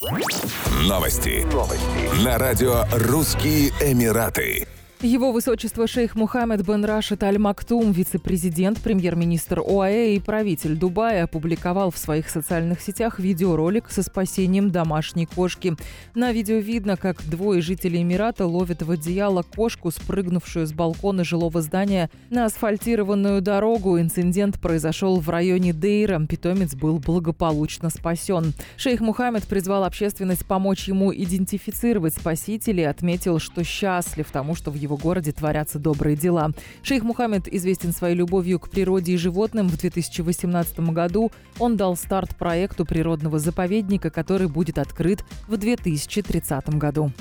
Новости. На радио «Русские Эмираты». Его высочество шейх Мухаммед бен Рашид Аль Мактум, вице-президент, премьер-министр ОАЭ и правитель Дубая, опубликовал в своих социальных сетях видеоролик со спасением домашней кошки. На видео видно, как двое жителей Эмирата ловят в одеяло кошку, спрыгнувшую с балкона жилого здания на асфальтированную дорогу. Инцидент произошел в районе Дейра. Питомец был благополучно спасен. Шейх Мухаммед призвал общественность помочь ему идентифицировать спасителей, отметил, что счастлив тому, что в его городе творятся добрые дела. Шейх Мухаммед известен своей любовью к природе и животным. В 2018 году он дал старт проекту природного заповедника, который будет открыт в 2030 году.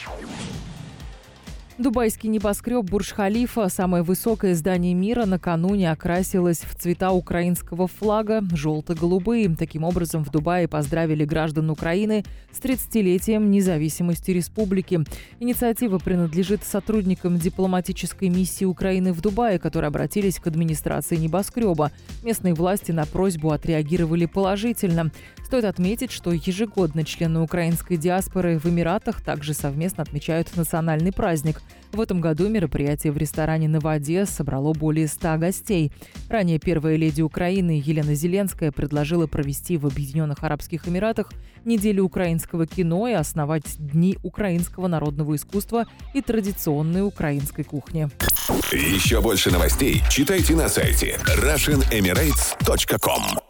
Дубайский небоскреб Бурдж-Халифа, самое высокое здание мира, накануне окрасилось в цвета украинского флага – желто-голубые. Таким образом, в Дубае поздравили граждан Украины с 30-летием независимости республики. Инициатива принадлежит сотрудникам дипломатической миссии Украины в Дубае, которые обратились к администрации небоскреба. Местные власти на просьбу отреагировали положительно. Стоит отметить, что ежегодно члены украинской диаспоры в Эмиратах также совместно отмечают национальный праздник. В этом году мероприятие в ресторане «На воде» собрало более 100 гостей. Ранее первая леди Украины Елена Зеленская предложила провести в Объединенных Арабских Эмиратах неделю украинского кино и основать Дни украинского народного искусства и традиционной украинской кухни. Еще больше новостей читайте на сайте RussianEmirates.com.